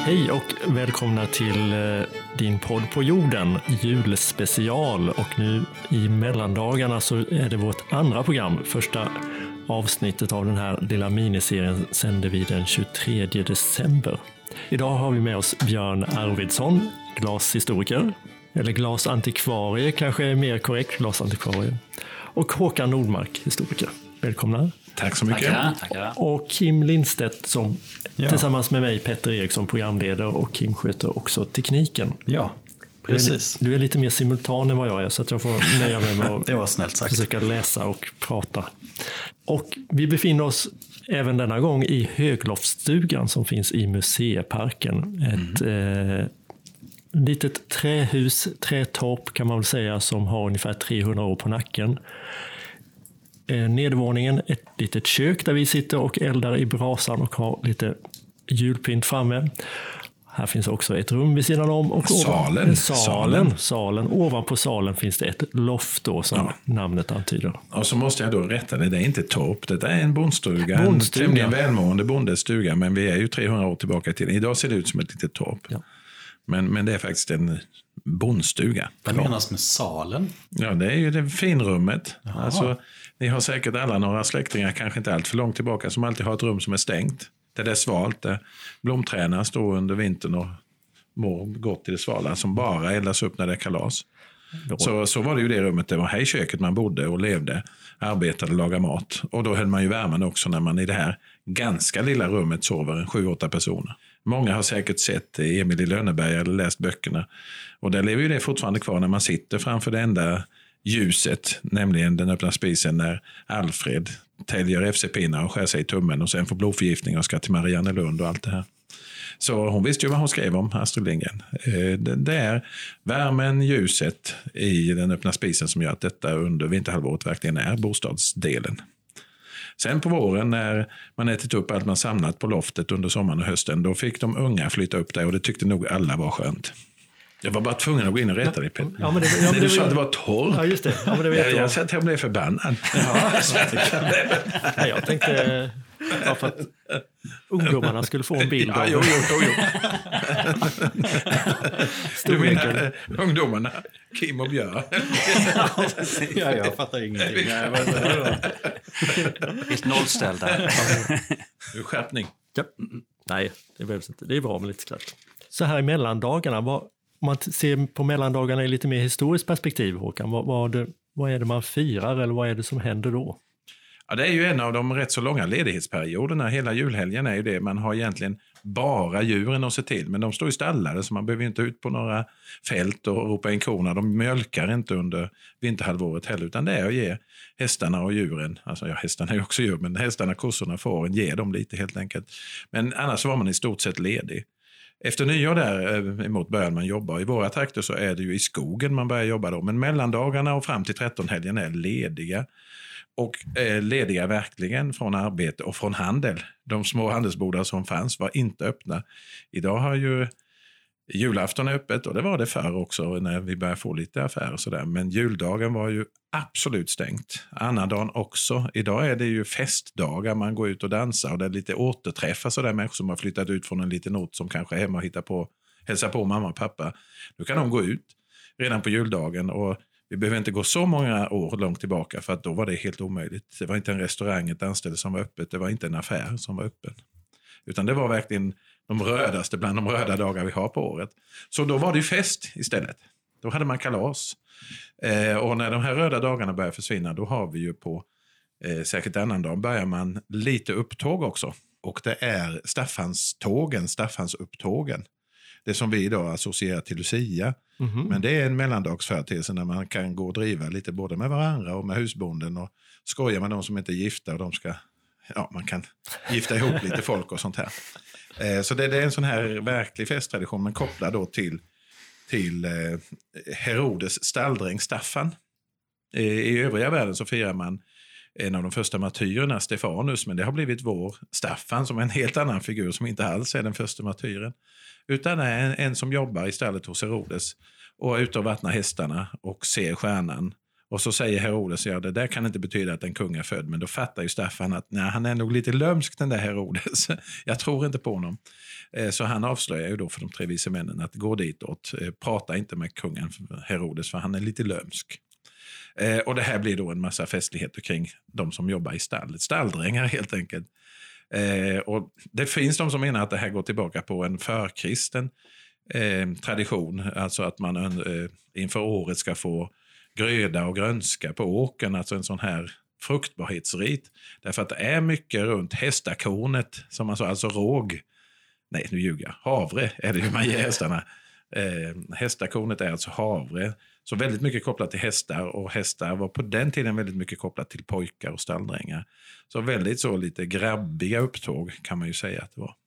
Hej och välkomna till din podd på jorden, julspecial. Och nu i mellandagarna så är det vårt andra program. Första avsnittet av den här lilla miniserien sänder vi den 23 december. Idag har vi med oss Björn Arvidsson, glashistoriker. Eller glasantikvarie kanske är mer korrekt, glasantikvarie. Och Håkan Nordmark, historiker. Välkomna. Tack så mycket. Tackar. Och Kim Lindstedt som tillsammans med mig, Petter Eriksson, programledare, och Kim sköter också tekniken. Ja, precis. Du är lite mer simultan än vad jag är, så att jag får nöja mig med att det var snällt sagt. Försöka läsa och prata. Och vi befinner oss även denna gång i Högloftsstugan som finns i museiparken. Ett litet trähus, trätorp kan man väl säga, som har ungefär 300 år på nacken. Nedervåningen, ett litet kök där vi sitter och eldar i brasan och har lite julpynt framme. Här finns också ett rum vid sidan om. Och salen. Ovanpå salen finns det ett loft då, som namnet antyder. Och så måste jag då rätta det är inte torp, det är en bondstuga. En tämligen välmående bondestuga, men vi är ju 300 år tillbaka till. Idag ser det ut som ett litet torp. Ja. Men det är faktiskt en bondstuga. Vad menas med salen? Ja, det är ju det finrummet. Alltså, ni har säkert alla några släktingar, kanske inte allt för långt tillbaka, som alltid har ett rum som är stängt. Det är svalt, där blomträna står under vintern och mår gott i det svala, som bara eldas upp när det är kalas. Så var det ju det rummet, det var här i köket man bodde och levde, arbetade, lagade mat. Och då höll man ju värmen också när man i det här ganska lilla rummet sover 7-8 personer. Många har säkert sett Emil i Lönneberga eller läst böckerna. Och där lever ju det fortfarande kvar när man sitter framför det enda ljuset, nämligen den öppna spisen, när Alfred täljer FC-pinnar och skär sig i tummen och sen får blodförgiftning och ska till Mariannelund och allt det här. Så hon visste ju vad hon skrev om, Astrid Lindgren. Det är värmen, ljuset i den öppna spisen som gör att detta under vinterhalvåret verkligen är bostadsdelen. Sen på våren när man ätit upp allt man samlat på loftet under sommaren och hösten, då fick de unga flytta upp där och det tyckte nog alla var skönt. Jag var bara tvungen att gå in och rätta dig, Petter. Ja, men du sa att det var torr. Ja, just det. Ja, men det vet jag sa att jag blev förbannad. Ja, jag tänkte för att ungdomarna skulle få en bild av... Jo. Du menar ungdomarna, Kim och Björn? Ja, jag fattar ingenting. Helt nollställda. Skärpning. Ja. Nej, det behövs inte. Det är bra med lite skratt. Så här i mellandagarna, om man ser på mellandagarna i lite mer historiskt perspektiv, Håkan, vad är det man firar eller vad är det som händer då? Ja, det är ju en av de rätt så långa ledighetsperioderna. Hela julhelgen är ju det. Man har egentligen bara djuren att se till. Men de står i stallare så man behöver inte ut på några fält och ropa in korna. De mjölkar inte under vinterhalvåret heller. Utan det är att ge hästarna och djuren. Alltså hästarna är ju också djur, men hästarna, kossorna, fåren, ge dem lite helt enkelt. Men annars var man i stort sett ledig. Efter nyår däremot börjar man jobba. I våra trakter så är det ju i skogen man börjar jobba då. Men mellandagarna och fram till 13-helgen är lediga. Och lediga verkligen från arbete och från handel. De små handelsbodar som fanns var inte öppna. Idag har ju julafton öppet och det var det förr också när vi började få lite affärer och sådär. Men juldagen var ju absolut stängt. Annandagen också. Idag är det ju festdagar, man går ut och dansar och det är lite återträffar sådär människor som har flyttat ut från en liten ort som kanske är hemma och hälsar på mamma och pappa. Nu kan de gå ut redan på juldagen och vi behöver inte gå så många år långt tillbaka för att då var det helt omöjligt. Det var inte en restaurang, ett anställe som var öppet. Det var inte en affär som var öppen. Utan det var verkligen de rödaste bland de röda dagar vi har på året. Så då var det ju fest istället. Då hade man kalas. Och när de här röda dagarna börjar försvinna då har vi ju på säkert annan dag börjar man lite upptåg också. Och det är Staffansupptågen. Det som vi idag associerar till Lucia. Mm-hmm. Men det är en mellandagsföreteelse när man kan gå och driva lite både med varandra och med husbonden och skoja med de som inte är gifta och man kan gifta ihop lite folk och sånt här. Så det är en sån här verklig festtradition men kopplad då till Herodes stalldräng Staffan. I övriga världen så firar man en av de första martyrerna, Stefanus, men det har blivit vår Staffan som är en helt annan figur som inte alls är den första martyren. Utan är en som jobbar i stallet hos Herodes och är ute och vattnar hästarna och ser stjärnan Och så säger Herodes, ja det där kan inte betyda att en kung är född. Men då fattar ju Staffan att nej, han är nog lite lömsk den där Herodes. Jag tror inte på honom. Så han avslöjar ju då för de 3 vise männen att gå ditåt. Prata inte med kungen Herodes för han är lite lömsk. Och det här blir då en massa festligheter kring de som jobbar i stallet. Stalldrängar helt enkelt. Och det finns de som menar att det här går tillbaka på en förkristen tradition. Alltså att man inför året ska få gröda och grönska på åkern. Alltså en sån här fruktbarhetsrit. Därför att det är mycket runt hästakornet som alltså råg. Nej, nu ljuger jag. Havre är det ju man ger hästarna. Hästakornet är alltså havre. Så väldigt mycket kopplat till hästar. Och hästar var på den tiden väldigt mycket kopplat till pojkar och stalldrängar. Så väldigt så lite grabbiga upptåg kan man ju säga att det var.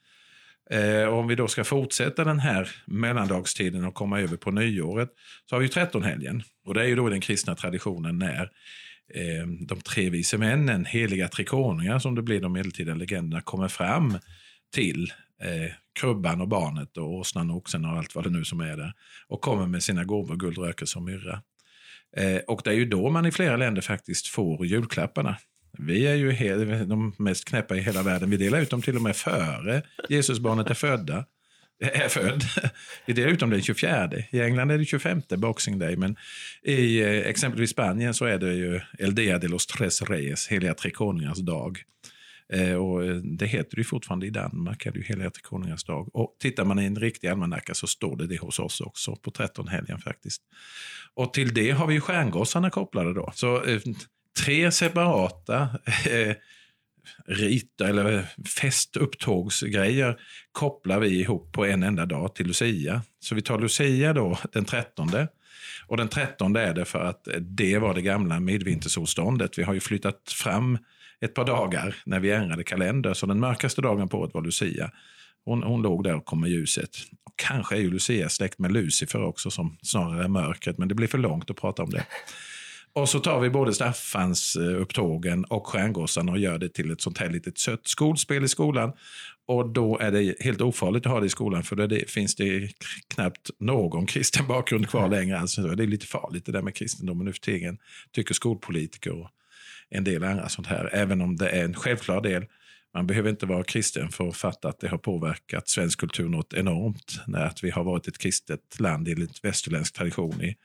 Och om vi då ska fortsätta den här mellandagstiden och komma över på nyåret så har vi ju 13-helgen. Och det är ju då den kristna traditionen när de 3 vise männen, heliga trekonungar som det blir de medeltida legenderna, kommer fram till krubban och barnet och åsnan och oxen och allt vad det nu som är där och kommer med sina gåvor, guld, rökelse och myrra. Och det är ju då man i flera länder faktiskt får julklapparna. Vi är ju de mest knäppa i hela världen. Vi delar ut dem till och med före Jesusbarnet är född. Vi delar ut dem den 24. I England är det 25 Boxing Day. Men i exempelvis Spanien så är det ju El Día de los Tres Reyes, heliga tre konungars dag. Och det heter ju fortfarande i Danmark, är det ju heliga tre konungars dag. Och tittar man i en riktig almanacka så står det hos oss också på 13-helgen faktiskt. Och till det har vi ju stjärngossarna kopplade då. Så 3 separata riter eller festupptågsgrejer kopplar vi ihop på en enda dag till Lucia. Så vi tar Lucia då den 13. Och den 13 är det för att det var det gamla midvintersolståndet. Vi har ju flyttat fram ett par dagar när vi ändrade kalender. Så den mörkaste dagen på året var Lucia. Hon låg där och kom med ljuset. Och kanske är ju Lucia släkt med Lucifer också som snarare är mörkret. Men det blir för långt att prata om det. Och så tar vi både Staffans upptågen och stjärngossarna och gör det till ett sånt här litet sött skolspel i skolan. Och då är det helt ofarligt att ha det i skolan för det finns det knappt någon kristen bakgrund kvar längre. Alltså det är lite farligt det där med kristendomen nu för tiden, tycker skolpolitiker och en del andra sånt här. Även om det är en självklar del. Man behöver inte vara kristen för att fatta att det har påverkat svensk kultur något enormt. När att vi har varit ett kristet land enligt västerländsk tradition i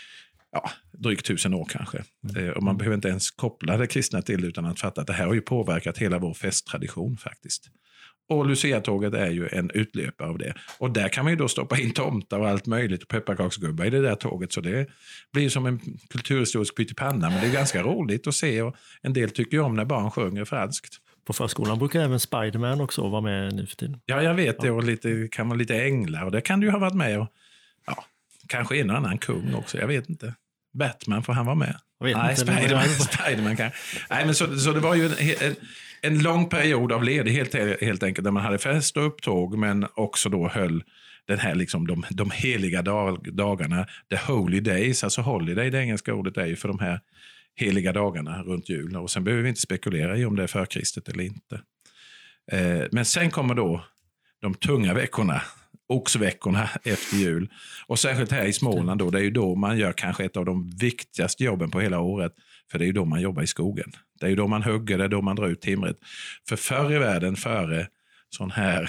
drygt 1000 år kanske. Och man behöver inte ens koppla det kristna till utan att fatta att det här har ju påverkat hela vår festtradition faktiskt. Och Lucia-tåget är ju en utlöpare av det. Och där kan man ju då stoppa in tomtar och allt möjligt och pepparkaksgubbar i det där tåget. Så det blir som en kulturhistorisk pyttipanna. Men det är ganska roligt att se och en del tycker ju om när barn sjunger falskt. På förskolan brukar även Spider-Man också vara med nu för tiden. Ja, jag vet det. Och kan vara lite änglar. Och det kan du ju ha varit med. Och, kanske en och annan kung också. Jag vet inte. Batman, får han vara med? Nej, Spider-Man kan. Nej, men så det var ju en lång period av ledighet helt enkelt. Där man hade fest och upptåg. Men också då höll den här liksom de heliga dagarna. The holy days. Alltså holiday, det engelska ordet är ju för de här heliga dagarna runt jul. Och sen behöver vi inte spekulera i om det är förkristet eller inte. Men sen kommer då de tunga veckorna. Oxveckorna efter jul. Och särskilt här i Småland då. Det är ju då man gör kanske ett av de viktigaste jobben på hela året. För det är ju då man jobbar i skogen. Det är ju då man hugger, det är då man drar ut timret. För förr i världen, före sån här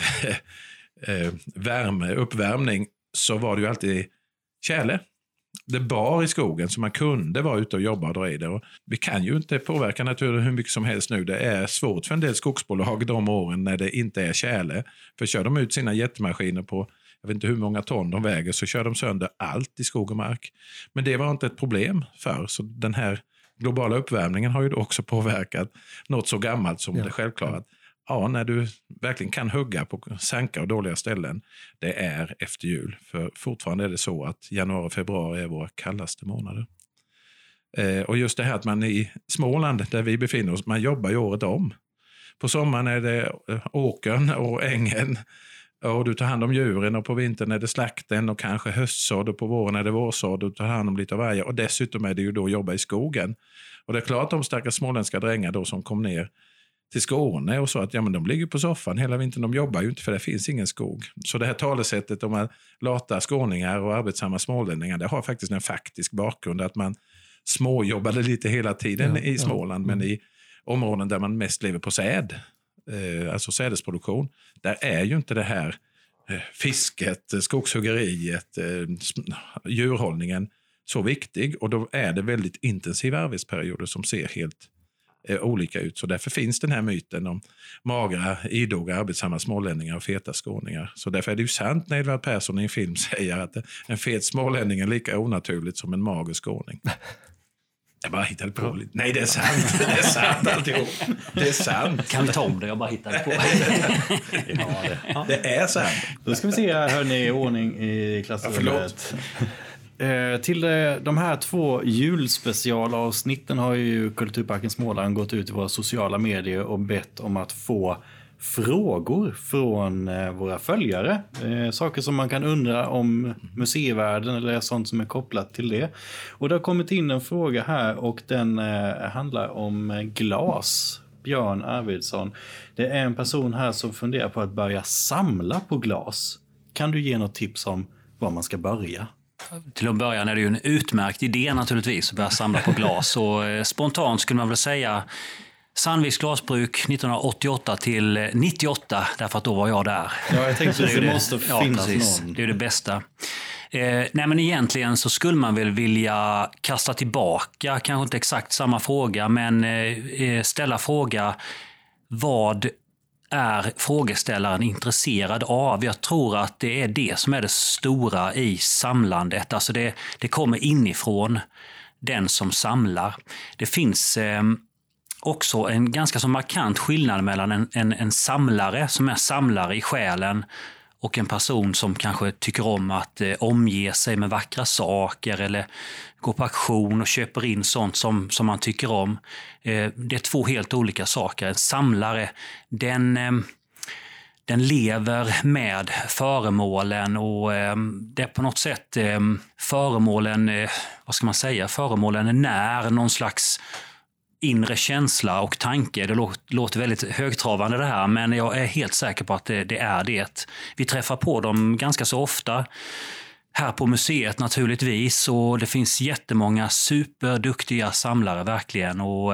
uppvärmning, så var det ju alltid tjäle. Det bar i skogen så man kunde vara ute och jobba och dra i det. Och vi kan ju inte påverka naturen hur mycket som helst nu. Det är svårt för en del skogsbolag de åren när det inte är tjäle. För kör de ut sina jättemaskiner på, jag vet inte hur många ton de väger, så kör de sönder allt i skog och mark. Men det var inte ett problem för. Så den här globala uppvärmningen har ju också påverkat något så gammalt som det självklara. Ja, när du verkligen kan hugga på sanka och dåliga ställen, det är efter jul. För fortfarande är det så att januari och februari är våra kallaste månader. Och just det här att man i Småland, där vi befinner oss, man jobbar ju året om. På sommaren är det åkern och ängen och du tar hand om djuren och på vintern är det slakten och kanske höstsådd och på våren är det vårsådd och du tar hand om lite av varje. Och dessutom är det ju då jobba i skogen. Och det är klart de stackars småländska drängar då som kom ner till Skåne och så att men de ligger på soffan hela vintern, de jobbar ju inte för det finns ingen skog. Så det här talesättet om att lata skåningar och arbetsamma smålänningar, det har faktiskt en faktisk bakgrund att man småjobbade lite hela tiden i Småland, men i områden där man mest lever på säd, alltså sädesproduktion, där är ju inte det här fisket, skogshuggeriet, djurhållningen så viktig, och då är det väldigt intensiva arbetsperioder som ser helt olika ut. Så därför finns den här myten om magra, idoga, arbetsamma smålänningar och feta skåningar. Så därför är det ju sant när Edvard Persson i en film säger att en fet smålänning är lika onaturligt som en mager skåning. Jag bara hittade på lite. Nej, det är sant. Det är sant alltihop. Det är sant. Kan vi ta om det? Jag bara hittade på. Det är sant. Då ska vi se här, hörni, i ordning i klassrummet. Till de här 2 julspecialavsnitten har ju Kulturparken Småland gått ut i våra sociala medier och bett om att få frågor från våra följare. Saker som man kan undra om museivärlden eller sånt som är kopplat till det. Och det har kommit in en fråga här, och den handlar om glas. Björn Arvidsson. Det är en person här som funderar på att börja samla på glas. Kan du ge något tips om var man ska börja? Till att börja är det ju en utmärkt idé naturligtvis att börja samla på glas. Och spontant skulle man väl säga Sandviks glasbruk 1988 till 98, därför att då var jag där. Ja, jag tänkte att det måste finnas någon. Det är det bästa. Nej, men egentligen så skulle man väl vilja kasta tillbaka, kanske inte exakt samma fråga, men ställa fråga: vad är frågeställaren intresserad av? Jag tror att det är det som är det stora i samlandet. Alltså det kommer inifrån den som samlar. Det finns också en ganska så markant skillnad mellan en samlare som är samlare i själen och en person som kanske tycker om att omge sig med vackra saker eller gå på auktion och köper in sånt som man tycker om. Det är 2 helt olika saker. En samlare, den lever med föremålen, och det är på något sätt föremålen, vad ska man säga, föremålen när någon slags inre känsla och tanke. Det låter väldigt högtravande det här, men jag är helt säker på att det är det. Vi träffar på dem ganska så ofta här på museet naturligtvis, och det finns jättemånga superduktiga samlare verkligen, och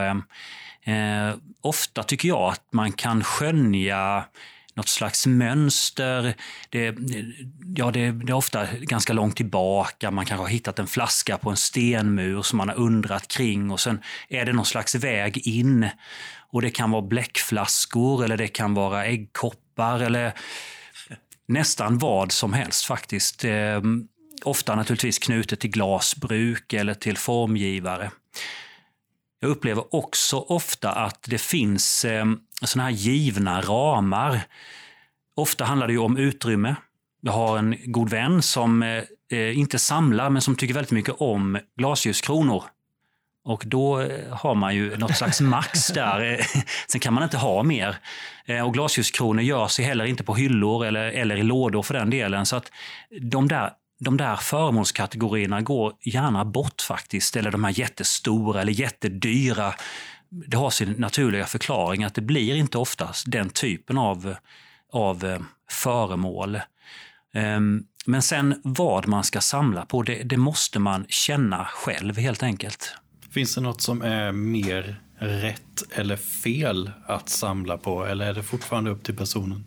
ofta tycker jag att man kan skönja något slags mönster. Det är ofta ganska långt tillbaka. Man kanske har hittat en flaska på en stenmur som man har undrat kring, och sen är det någon slags väg in. Och det kan vara bläckflaskor eller det kan vara äggkoppar eller nästan vad som helst faktiskt. Ofta naturligtvis knutet till glasbruk eller till formgivare. Jag upplever också ofta att det finns såna här givna ramar. Ofta handlar det ju om utrymme. Jag har en god vän som inte samlar, men som tycker väldigt mycket om glasljuskronor. Och då har man ju något slags max där. Sen kan man inte ha mer. Och glasljuskronor gör sig heller inte på hyllor eller i lådor för den delen. Så att de där föremålskategorierna går gärna bort faktiskt. Eller de här jättestora eller jättedyra. Det har sin naturliga förklaring att det blir inte oftast den typen av föremål. Men sen vad man ska samla på, det måste man känna själv helt enkelt. Finns det något som är mer rätt eller fel att samla på, eller är det fortfarande upp till personen?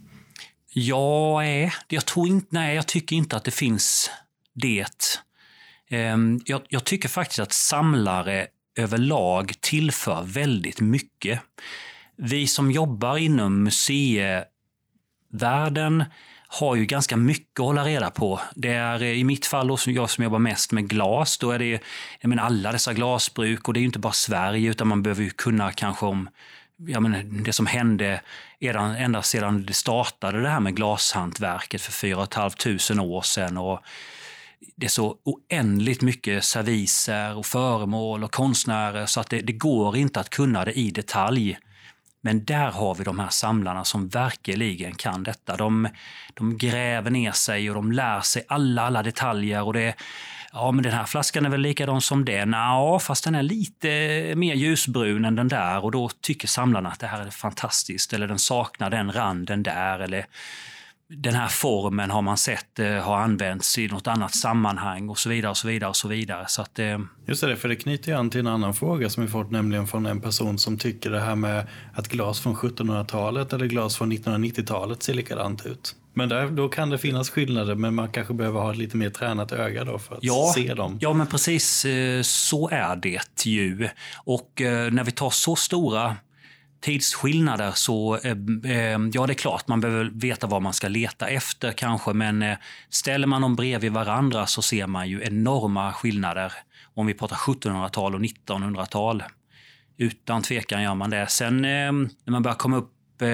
Jag tycker inte att det finns det. Jag tycker faktiskt att samlare överlag tillför väldigt mycket. Vi som jobbar inom museivärlden har ju ganska mycket att hålla reda på. Det är i mitt fall då, jag som jobbar mest med glas, då är det alla dessa glasbruk, och det är ju inte bara Sverige, utan man behöver ju kunna kanske om det som hände ända sedan det startade det här med glashantverket för 4 500 år sedan, och det är så oändligt mycket serviser och föremål och konstnärer så att det går inte att kunna det i detalj. Men där har vi de här samlarna som verkligen kan detta. De gräver ner sig och de lär sig alla detaljer. Och men den här flaskan är väl likadan som den. Ja, fast den är lite mer ljusbrun än den där. Och då tycker samlarna att det här är fantastiskt. Eller den saknar den randen där. Eller den här formen har man sett har använts i något annat sammanhang och så vidare och så vidare och så vidare. Så att, Just det, för det knyter ju an till en annan fråga som vi fått, nämligen från en person som tycker det här med att glas från 1700-talet eller glas från 1990-talet ser likadant ut. Men då kan det finnas skillnader, men man kanske behöver ha ett lite mer tränat öga då för att se dem. Ja, men precis så är det ju. Och när vi tar så stora tidsskillnader så ja, det är klart man behöver veta vad man ska leta efter kanske, men ställer man dem bredvid varandra så ser man ju enorma skillnader om vi pratar 1700-tal och 1900-tal. Utan tvekan gör man det. Sen när man börjar komma upp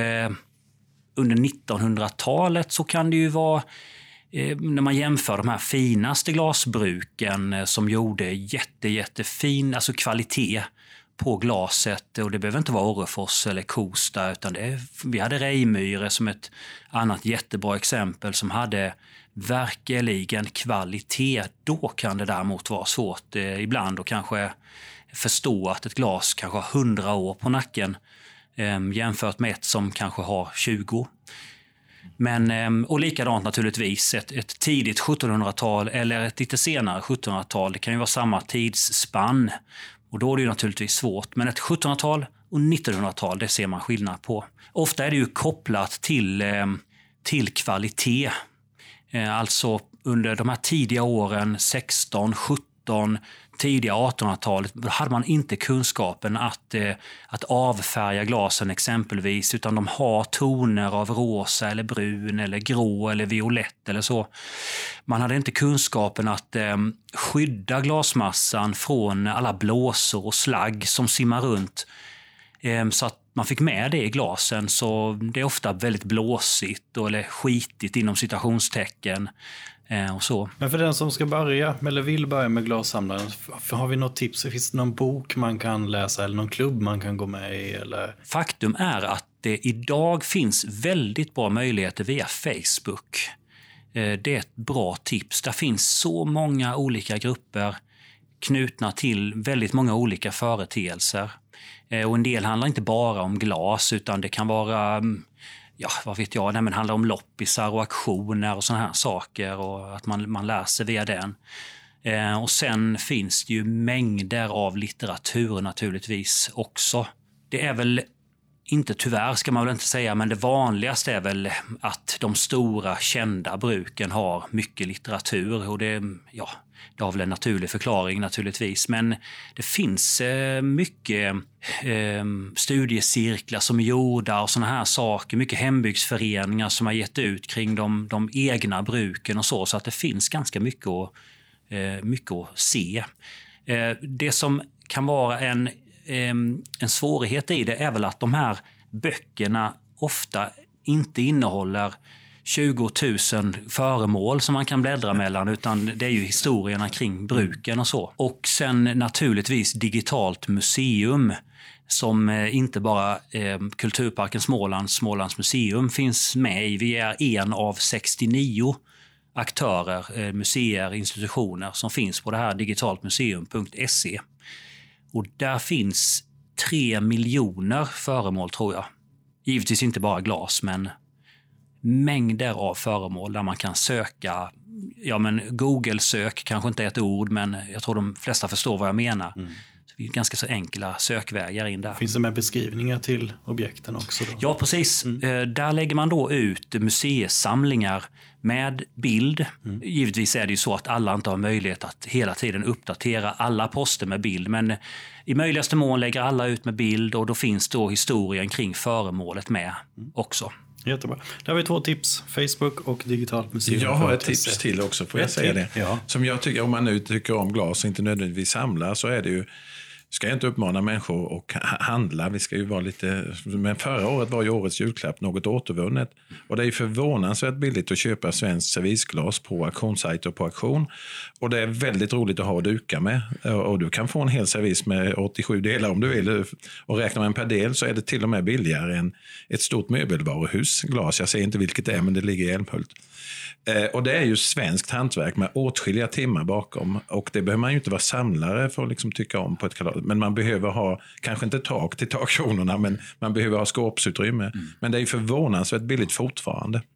under 1900-talet så kan det ju vara när man jämför de här finaste glasbruken som gjorde jättefin alltså kvalitet på glaset, och det behöver inte vara Orrefors eller Kosta, utan vi hade Rejmyre som ett annat jättebra exempel som hade verkligen kvalitet. Då kan det däremot vara svårt ibland att kanske förstå att ett glas kanske har 100 år på nacken jämfört med ett som kanske har 20. Men, och likadant naturligtvis ett tidigt 1700-tal eller ett lite senare 1700-tal, det kan ju vara samma tidsspann. Och då är det ju naturligtvis svårt. Men ett 1700-tal och 1900-tal, det ser man skillnad på. Ofta är det ju kopplat till kvalitet. Alltså under de här tidiga åren, 16, 17, tidiga 1800-talet, hade man inte kunskapen att avfärga glasen exempelvis, utan de har toner av rosa eller brun eller grå eller violett eller så. Man hade inte kunskapen att skydda glasmassan från alla blåsor och slagg som simmar runt, så att man fick med det i glasen, så det är ofta väldigt blåsigt eller skitigt inom citationstecken. Och så. Men för den som ska börja eller vill börja med glassamlaren, har vi något tips? Finns det någon bok man kan läsa eller någon klubb man kan gå med i? Eller? Faktum är att det idag finns väldigt bra möjligheter via Facebook. Det är ett bra tips. Det finns så många olika grupper knutna till väldigt många olika företeelser. Och en del handlar inte bara om glas, utan det kan vara... Ja, vad vet jag, det handlar om loppisar och auktioner och såna här saker, och att man lär sig via den. Och sen finns det ju mängder av litteratur naturligtvis också. Det är väl inte, tyvärr ska man väl inte säga, men det vanligaste är väl att de stora kända bruken har mycket litteratur, och det har väl en naturlig förklaring naturligtvis, men det finns mycket studiecirklar som är gjorda och såna här saker, mycket hembygdsföreningar som har gett ut kring de egna bruken och så att det finns ganska mycket att se. Det som kan vara en svårighet i det är väl att de här böckerna ofta inte innehåller 20 000 föremål som man kan bläddra mellan, utan det är ju historierna kring bruken och så. Och sen naturligtvis digitalt museum som inte bara Kulturparken Smålands museum finns med i. Vi är en av 69 aktörer, museer, institutioner som finns på det här digitaltmuseum.se. Och där finns 3 miljoner föremål, tror jag. Givetvis inte bara glas, men mängder av föremål där man kan söka. Ja, men Google-sök kanske inte är ett ord, men jag tror de flesta förstår vad jag menar. Så det är ganska så enkla sökvägar in där. Finns det med beskrivningar till objekten också då? Ja, precis. Där lägger man då ut museisamlingar med bild. Givetvis är det ju så att alla inte har möjlighet att hela tiden uppdatera alla poster med bild, men i möjligaste mån lägger alla ut med bild, och då finns då historien kring föremålet med också. Jättebra. Där har vi 2 tips. Facebook och digitalt museum. Jag har ett tips till också, får jag säga det? Ja. Som jag tycker, om man nu tycker om glas och inte nödvändigtvis samlar, så är det ju, ska jag inte uppmana människor att handla. Vi ska ju vara lite, men förra året var ju årets julklapp något återvunnet. Och det är ju förvånansvärt billigt att köpa svenskt servisglas på auktionssajter och på auktion. Och det är väldigt roligt att ha att duka med. Och du kan få en hel servis med 87 delar om du vill. Och räknar man per del så är det till och med billigare än ett stort möbelvaruhus glas. Jag säger inte vilket det är, men det ligger i Älmhult. Och det är ju svenskt hantverk med åtskilliga timmar bakom, och det behöver man ju inte vara samlare för att liksom tycka om på ett kalas. Men man behöver ha, kanske inte tak till takkronorna, men man behöver ha skåpsutrymme. Men det är ju förvånansvärt billigt fortfarande.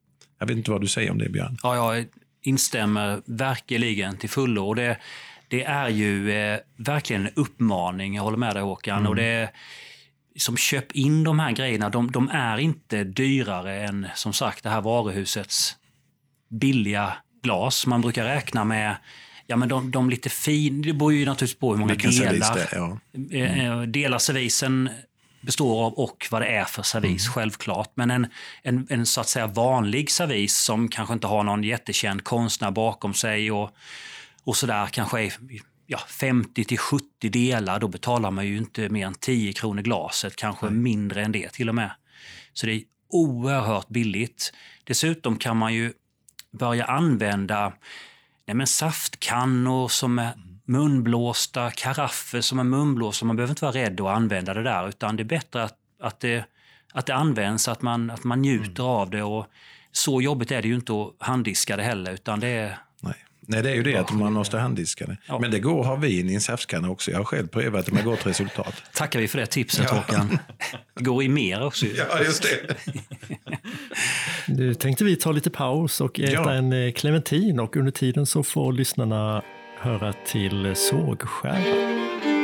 Jag vet inte vad du säger om det, Björn. Ja, jag instämmer verkligen till fullo. Och det är ju verkligen en uppmaning, jag håller med dig Håkan. Och det är, som köp in de här grejerna, de är inte dyrare än som sagt det här varuhusets billiga glas. Man brukar räkna med, ja men de lite fin, det beror ju naturligtvis på hur många delar. Delar servisen består av och vad det är för servis, självklart. Men en så att säga vanlig servis som kanske inte har någon jättekänd konstnär bakom sig och sådär kanske är 50-70 delar, då betalar man ju inte mer än 10 kronor glaset, kanske mindre än det till och med. Så det är oerhört billigt. Dessutom kan man ju börja använda saftkannor som är munblåsta, karaffer som är munblåsta. Man behöver inte vara rädd att använda det där, utan det är bättre att det används, att man njuter av det. Och så jobbigt är det ju inte att handdiska det heller, utan det är... Nej, det är ju det att man måste handdiska det. Ja. Men det går att ha vin i en saftkanna också. Jag har själv prövat det med gott resultat. Tackar vi för det tipset, Håkan. Det går i mer också. Ja, just det. Nu tänkte vi ta lite paus och äta en clementin, och under tiden så får lyssnarna höra till sågskärva.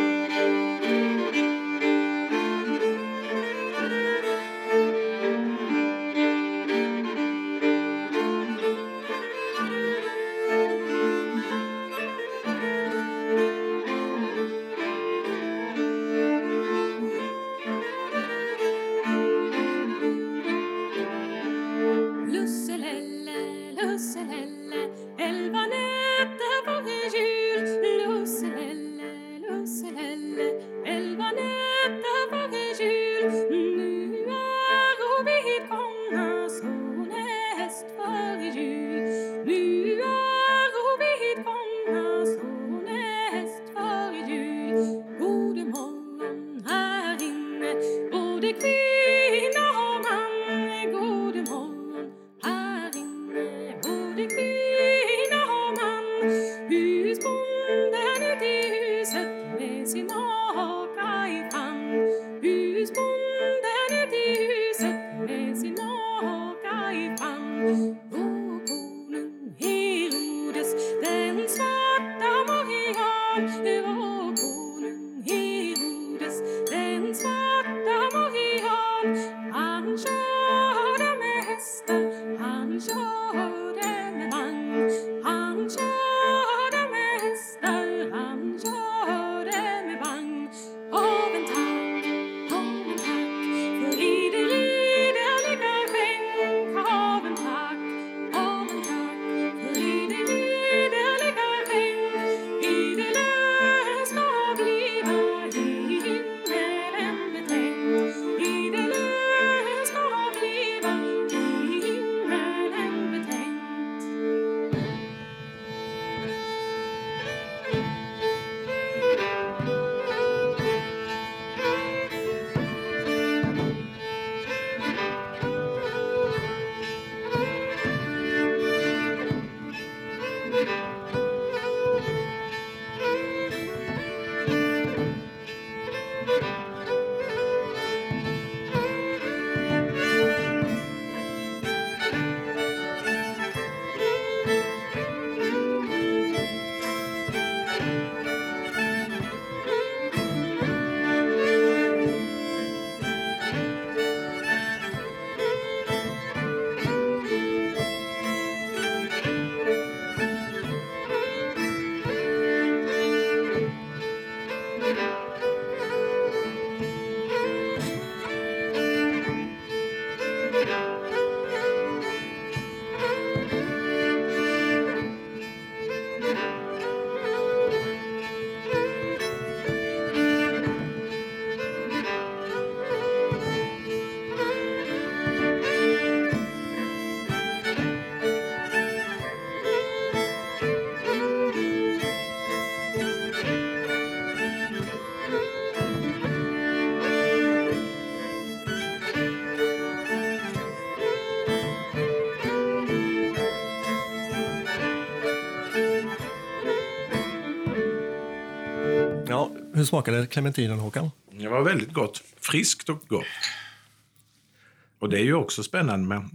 Hur smakade clementinen, Håkan? Det var väldigt gott. Friskt och gott. Och det är ju också spännande med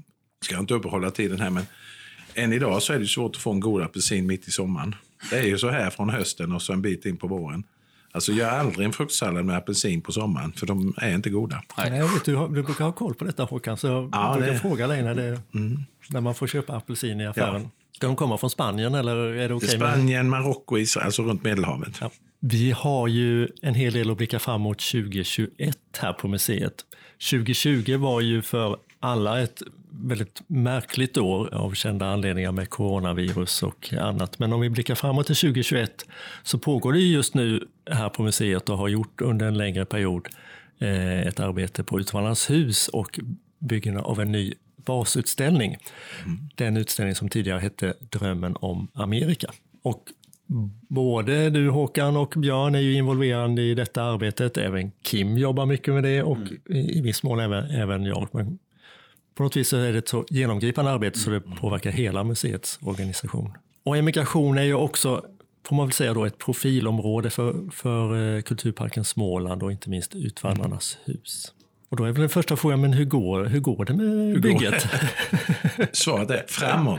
ska inte uppehålla tiden här, men än idag så är det svårt att få en god apelsin mitt i sommaren. Det är ju så här från hösten och så en bit in på våren. Alltså gör aldrig en fruktsallad med apelsin på sommaren, för de är inte goda. Nej, jag vet, du brukar ha koll på detta, Håkan, så jag brukar fråga dig när man får köpa apelsin i affären. Ja. Ska de komma från Spanien eller är det okej? Spanien, Marocko, alltså runt Medelhavet. Ja. Vi har ju en hel del att blicka framåt 2021 här på museet. 2020 var ju för alla ett väldigt märkligt år av kända anledningar med coronavirus och annat. Men om vi blickar framåt till 2021 så pågår det just nu här på museet och har gjort under en längre period ett arbete på Utvandrarnas hus och byggen av en ny basutställning. Den utställning som tidigare hette Drömmen om Amerika. Och både du, Håkan, och Björn är ju involverade i detta arbetet. Även Kim jobbar mycket med det och i viss mån även jag. Men på något vis så är det ett så genomgripande arbete så det påverkar hela museets organisation. Och emigration är ju också, får man väl säga då, ett profilområde för Kulturparken Småland och inte minst Utvandrarnas hus. Och då är väl den första frågan, men hur går det med bygget? Svaret är framåt.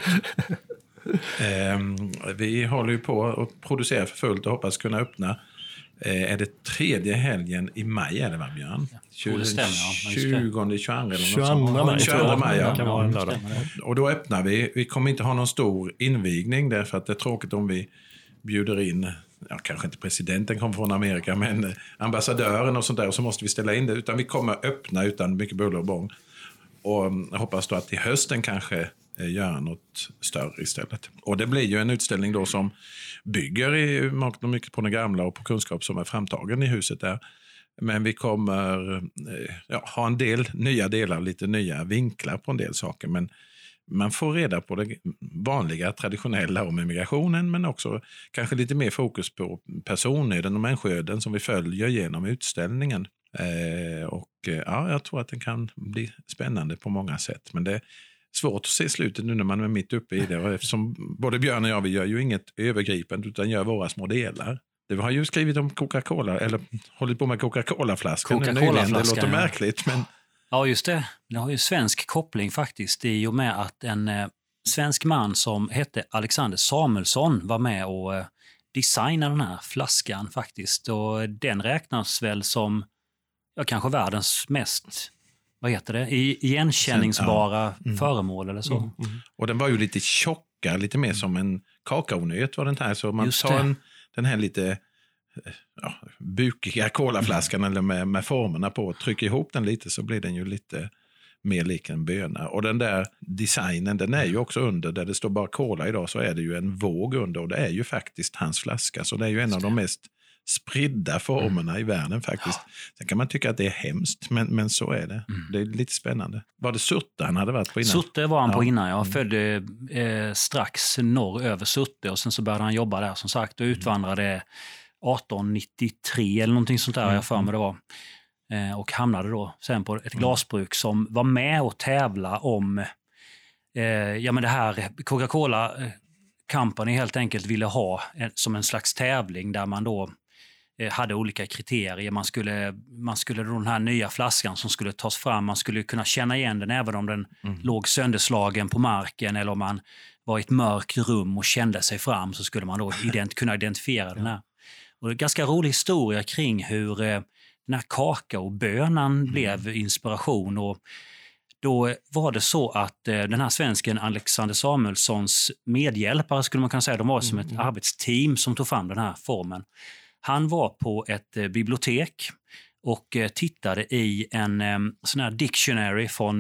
Vi håller ju på att producera för fullt och hoppas kunna öppna. Är det 3:e helgen i maj, är det va, Björn? 22 maj. Ja. Och då öppnar vi. Vi kommer inte ha någon stor invigning därför att det är tråkigt om vi bjuder in, kanske inte presidenten kommer från Amerika, men ambassadören och sånt där, och så måste vi ställa in det. Utan vi kommer öppna utan mycket buller och bång. Och jag hoppas då att i hösten kanske göra något större istället. Och det blir ju en utställning då som bygger i mångt och mycket på den gamla och på kunskap som är framtagen i huset där. Men vi kommer ha en del nya delar, lite nya vinklar på en del saker. Men man får reda på det vanliga, traditionella om immigrationen, men också kanske lite mer fokus på personöden och människoöden som vi följer genom utställningen. Jag tror att den kan bli spännande på många sätt. Men det är svårt att se slutet nu när man är mitt uppe i det. Och eftersom både Björn och jag, vi gör ju inget övergripande utan gör våra små delar. Det har ju skrivit om Coca-Cola, eller hållit på med Coca-Cola-flaskan. Det låter märkligt, men... Ja, just det. Det har ju svensk koppling faktiskt i och med att en svensk man som hette Alexander Samuelsson var med och designade den här flaskan faktiskt. Och den räknas väl som kanske världens mest, igenkänningsbara föremål eller så. Och den var ju lite tjockare, lite mer som en kakaonöt var den här. Så man tar den här lite bukiga colaflaskan eller med formerna på och trycker ihop den lite så blir den ju lite mer lik en böna. Och den där designen, den är ju också under, där det står bara cola idag så är det ju en våg under och det är ju faktiskt hans flaska. Så det är ju en av de mest spridda formerna i världen faktiskt. Sen kan man tycka att det är hemskt, men så är det. Det är lite spännande. Var det Surte han hade varit på innan? Surte var han på innan. Jag födde strax norr över Surte och sen så började han jobba där som sagt och utvandrade 1893 eller någonting sånt där jag för mig det var. Och hamnade då sen på ett glasbruk som var med och tävla om men det här Coca-Cola Company helt enkelt ville ha som en slags tävling där man då hade olika kriterier. Man skulle då den här nya flaskan som skulle tas fram, man skulle kunna känna igen den även om den låg sönderslagen på marken eller om man var i ett mörkt rum och kände sig fram så skulle man då kunna identifiera den här. Och det är en ganska rolig historia kring hur den här kakaobönan blev inspiration och då var det så att den här svensken Alexander Samuelssons medhjälpare skulle man kunna säga, de var som ett arbetsteam som tog fram den här formen. Han var på ett bibliotek och tittade i en sån här dictionary från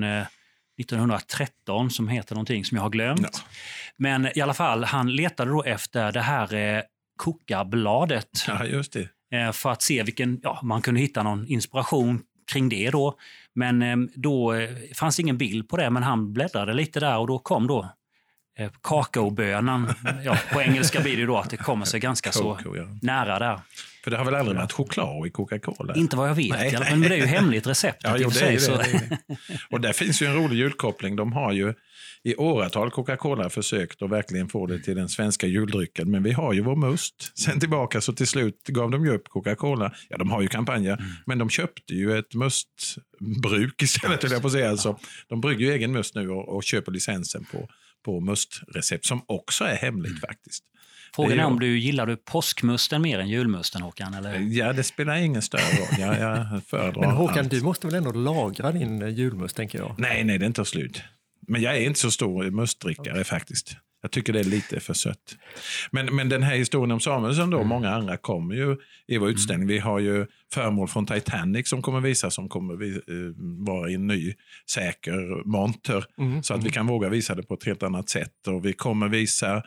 1913 som heter någonting som jag har glömt. No. Men i alla fall, han letade då efter det här kokabladet. Ja, just det. För att se man kunde hitta någon inspiration kring det då. Men då fanns ingen bild på det, men han bläddrade lite där och då kom då kakaobönan. Ja, på engelska blir det då att det kommer sig ganska så nära där. För det har väl aldrig varit choklad i Coca-Cola? Inte vad jag vet, men det är ju hemligt recept. Ja, jo, det är det. Och där finns ju en rolig julkoppling. De har ju i åratal Coca-Cola försökt att verkligen få det till den svenska juldrycken. Men vi har ju vår must. Sen tillbaka så till slut gav de ju upp Coca-Cola. Ja, de har ju kampanjer. Men de köpte ju ett mustbruk istället, vill jag på säga. Så de brygger ju egen must nu och köper licensen på mustrecept som också är hemligt faktiskt. Frågan är om du gillar påskmusten mer än julmusten, Håkan? Eller? Ja, det spelar ingen större roll. Jag föredrar Men Håkan, allt. du måste väl ändå lagra din julmust, tänker jag? Nej, det är inte slut. Men jag är inte så stor mustdrickare faktiskt. Jag tycker det är lite för sött. Men den här historien om Samuelsson då, många andra kommer ju i vår utställning. Vi har ju föremål från Titanic som kommer visa, som kommer vara i en ny säker monter. Så att vi kan våga visa det på ett helt annat sätt. Och vi kommer visa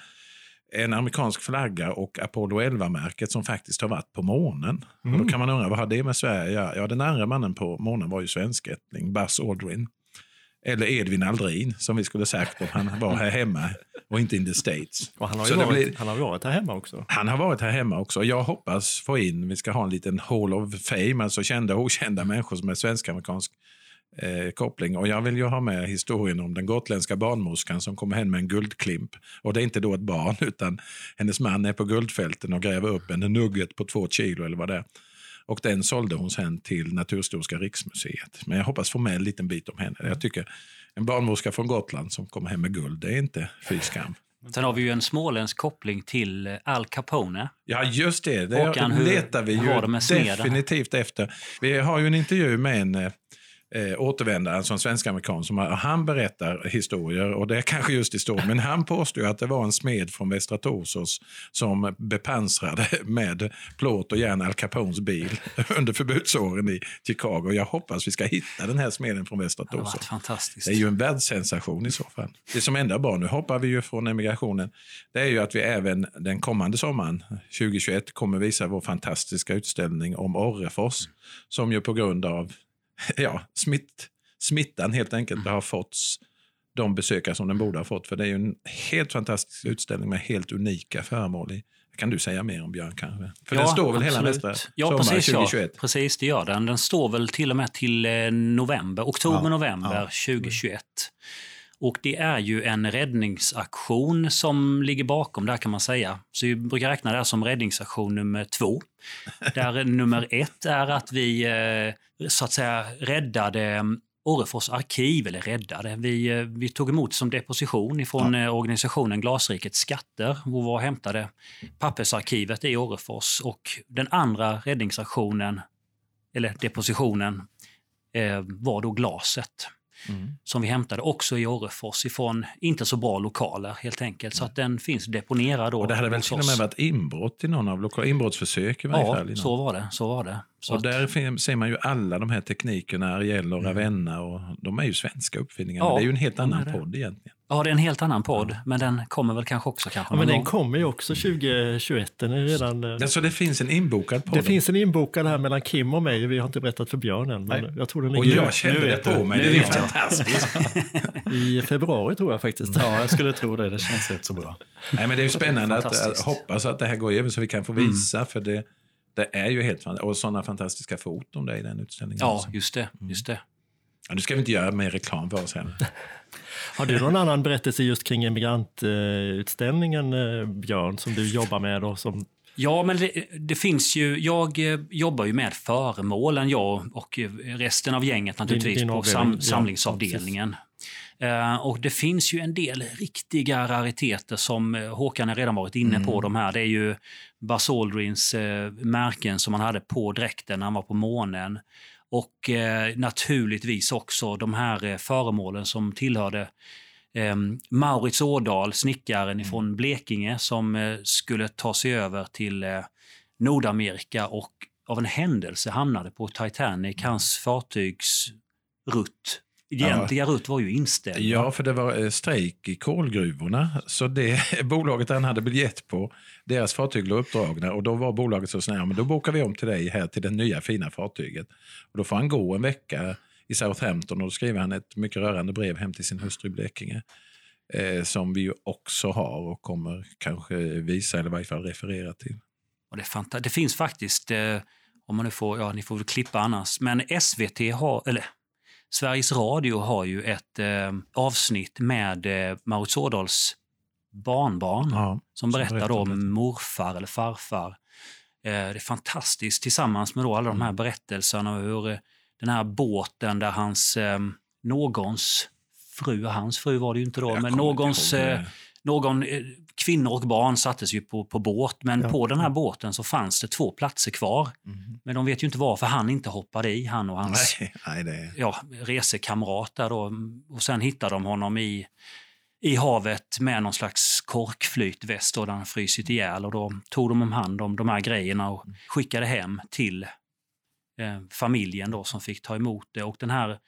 en amerikansk flagga och Apollo 11-märket som faktiskt har varit på månen. Och då kan man undra, vad har det med Sverige? Ja, den andra mannen på månen var ju svenskättling, Buzz Aldrin. Eller Edvin Aldrin, som vi skulle sagt om han var här hemma och inte in the States. Och han har varit här hemma också. Han har varit här hemma också. Jag hoppas få in, vi ska ha en liten Hall of Fame, alltså kända och okända människor som är svensk-amerikansk koppling. Och jag vill ju ha med historien om den gotländska barnmorskan som kommer hem med en guldklimp. Och det är inte då ett barn, utan hennes man är på guldfälten och gräver upp en nugget på 2 kilo eller vad det är. Och den sålde hon sen till Naturhistoriska riksmuseet. Men jag hoppas få med en liten bit om henne. Jag tycker en barnmorska från Gotland som kommer hem med guld, det är inte fy skam. Sen har vi ju en småländsk koppling till Al Capone. Ja, just det. Det Håkan, letar vi ju definitivt efter. Vi har ju en intervju med en återvändare, alltså en svensk-amerikan, han berättar historier, och det är kanske just historier, men han påstår att det var en smed från Västra Torsås som bepansrade med plåt och järn Al Capones bil under förbudsåren i Chicago. Jag hoppas vi ska hitta den här smeden från Västra Torsås. Fantastiskt. Det är ju en världssensation i så fall. Det som ändrar bara, nu hoppar vi ju från emigrationen, det är ju att vi även den kommande sommaren 2021 kommer visa vår fantastiska utställning om Orrefors, som ju på grund av smittan helt enkelt har fått de besökare som den borde ha fått. För det är ju en helt fantastisk utställning med helt unika föremål i. Kan du säga mer om, Björn, kanske? För den står väl hela nästa sommar 2021? Ja, precis, det gör den. Den står väl till och med till oktober-november 2021. Och det är ju en räddningsaktion som ligger bakom där, kan man säga. Så vi brukar räkna det här som räddningsaktion nummer 2. Där nummer 1 är att vi så att säga räddade Orrefors arkiv, eller räddade. Vi tog emot som deposition ifrån organisationen Glasrikets skatter och var hämtade pappersarkivet i Orrefors. Och den andra räddningsaktionen, eller depositionen, var då glaset. Som vi hämtade också i Orrefors ifrån inte så bra lokaler helt enkelt. Så att den finns deponerad då. Och det hade väl till och med varit inbrott i någon av inbrottsförsök i varje fall. Så var det. Så och där ser man ju alla de här teknikerna, Ariel och Ravenna, och de är ju svenska uppfinningar. Men det är ju en helt annan podd egentligen. Ja, det är en helt annan podd, men den kommer väl kanske också. Men den kommer ju också 2021. Den är redan... Så det finns en inbokad podd? Det finns en inbokad här mellan Kim och mig. Vi har inte berättat för Björn än, men jag tror den är... Och jag kände det på mig. Det är fantastiskt. I februari tror jag faktiskt. Ja, jag skulle tro det. Det känns inte så bra. Nej, men det är ju spännande att hoppas att det här går över så vi kan få visa, för det är ju helt fantastiskt. Och sådana fantastiska foton där i den utställningen. Ja, just det. Ja, nu ska vi inte göra mer reklam för oss här. Har du någon annan berättelse just kring emigrantutställningen, Björn, som du jobbar med? Och som... Ja, men det finns ju... Jag jobbar ju med föremålen, jag och resten av gänget naturligtvis, på samlingsavdelningen. Och det finns ju en del riktiga rariteter som Håkan har redan varit inne på. De här. Det är ju Buzz Aldrins märken som han hade på dräkten när han var på månen. Och naturligtvis också de här föremålen som tillhörde Maurits Årdal, snickaren från Blekinge, som skulle ta sig över till Nordamerika och av en händelse hamnade på Titanic. Hans fartygsrutt, egentliga rutt, var ju inställd. Ja, för det var strejk i kolgruvorna. Så det bolaget han hade biljett på, deras fartyg låg uppdragna, och då var bolaget så snälla, men då bokar vi om till dig här till det nya fina fartyget. Och då får han gå en vecka i Southampton, och då skriver han ett mycket rörande brev hem till sin hustru i Blekinge. som vi ju också har och kommer kanske visa eller i varje fall referera till. Och det finns faktiskt, om man nu får, ni får väl klippa annars, men Sveriges Radio har ju ett avsnitt med Mauritz Ådahls barnbarn som berättar om morfar eller farfar. Det är fantastiskt tillsammans med då alla de här berättelserna och hur den här båten där någons fru var det ju inte då, men någon kvinnor och barn sattes ju på båt, men på den här båten så fanns det 2 platser kvar. Men de vet ju inte varför han inte hoppade i, han och hans resekamrat där då. Och sen hittade de honom i havet med någon slags korkflytväst där han frysit ihjäl, och då tog de om hand om de här grejerna och skickade hem till familjen då som fick ta emot det. Och den här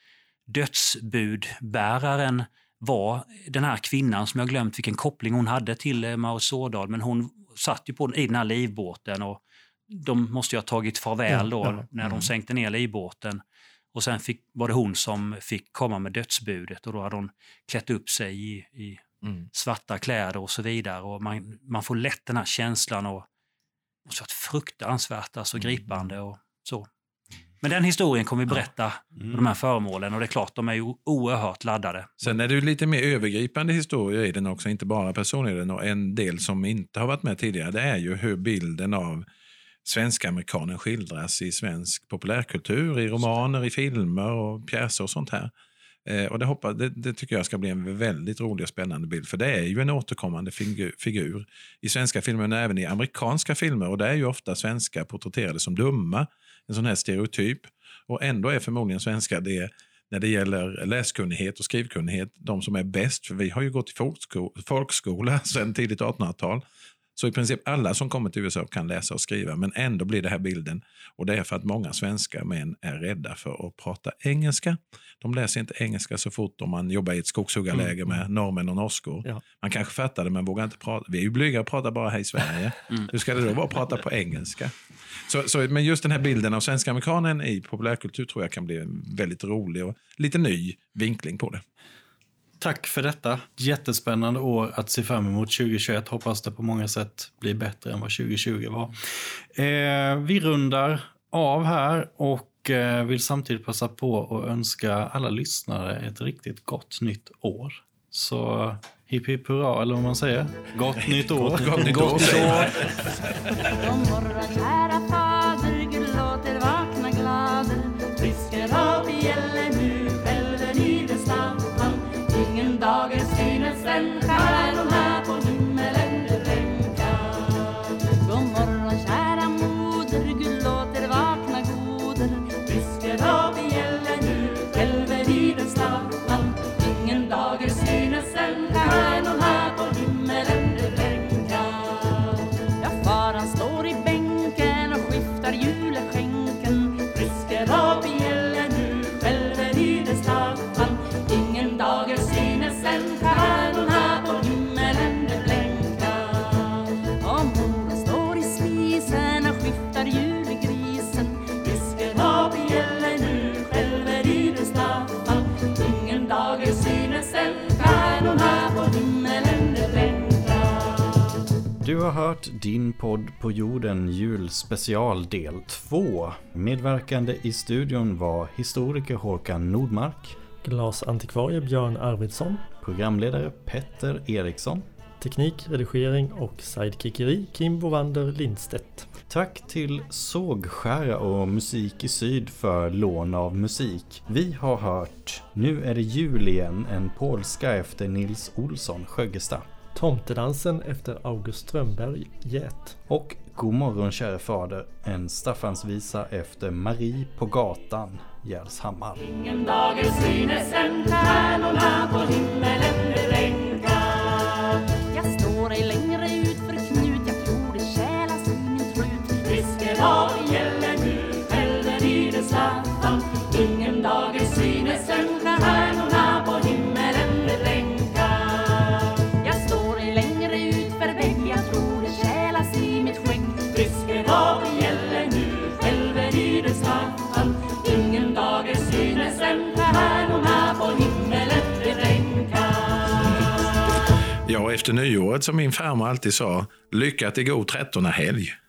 dödsbudbäraren var den här kvinnan som jag glömt vilken koppling hon hade till Mauritz Ådahl, men hon satt ju i den här livbåten och de måste ju ha tagit farväl då när de sänkte ner livbåten. Och sen var det hon som fick komma med dödsbudet, och då hade hon klätt upp sig i svarta kläder och så vidare. Och man får lätt den här känslan och så ett fruktansvärt, alltså gripande och så. Men den historien kommer vi berätta med de här föremålen, och det är klart, de är ju oerhört laddade. Sen är det ju lite mer övergripande historier i den också, inte bara personer. Och en del som inte har varit med tidigare, det är ju hur bilden av svenska amerikaner skildras i svensk populärkultur, i romaner, i filmer och pjäser och sånt här. Och det tycker jag ska bli en väldigt rolig och spännande bild, för det är ju en återkommande figur i svenska filmer, men även i amerikanska filmer, och det är ju ofta svenskar porträtterade som dumma, en sån här stereotyp, och ändå är förmodligen svenskar det när det gäller läskunnighet och skrivkunnighet de som är bäst, för vi har ju gått i folkskola sedan tidigt 1800-tal. Så i princip alla som kommer till USA kan läsa och skriva, men ändå blir det här bilden. Och det är för att många svenska män är rädda för att prata engelska. De läser inte engelska så fort om man jobbar i ett skogshuggarläger med norrmän och norskor. Ja. Man kanske fattar det, men vågar inte prata. Vi är ju blyga och pratar bara här i Sverige. Hur ska det då vara att prata på engelska? Men just den här bilden av svenska amerikanen i populärkultur tror jag kan bli en väldigt rolig och lite ny vinkling på det. Tack för detta. Jättespännande år att se fram emot 2021. Hoppas det på många sätt blir bättre än vad 2020 var. Vi rundar av här och vill samtidigt passa på att önska alla lyssnare ett riktigt gott nytt år. Så hipp hipp hurra, eller vad man säger. Gott nytt år. Gott nytt år. God morgon kära fader, Gud låter vakna glader. Friskar av gäller nu, välden i det stampan. Ingen dagens synes än, stjärnorna på himmelen dränka. God morgon kära moder, Gud låter vakna goder. Friskar av gäller nu, välden i det stampan. Ingen dagens synes än, stjärnorna på himmelen dränka. Ja, faran står i bänken och skiftar juleskänken. Friskar av gäller nu, välden i det stampan. Ingen dagens synes än, stjärnorna på himmelen blänka. Och moren står i spisen och skiftar julegrisen. Friskar av gäller nu, skälver i det Staffan. Ingen dagens synes än, stjärnorna på himmelen blänka. Du har hört din podd på jorden julspecial del 2. Medverkande i studion var historiker Håkan Nordmark, Glasantikvarie Björn Arvidsson, programledare Petter Eriksson, teknik, redigering och sidekickeri Kim Bovander Lindstedt. Tack till Sågskära och Musik i Syd för lån av musik. Vi har hört Nu är det jul igen, en polska efter Nils Olsson Sjöggesta. Tomtedansen efter August Strömberg Gät. Och God morgon kära fader, en Staffansvisa efter Marie på gatan Gälshammar. Ingen dagens synes än, stjärnorna på himmelen blänka. Jag står ej längre ut för knut, jag tror det kärlas i min trut. Frisker av gäller nu, välder i det Staffan. Ingen dagens synes än, stjärnorna på himmelen blänka. Jag står ej längre ut för vägg, jag tror det kärlas i mitt skägg. Frisker av gäller nu, välder i det Staffan. Ingen dagens synes än, stjärnorna på himmelen blänka. Ja, efter nyåret som min farmor alltid sa, lycka till god 13:e helg.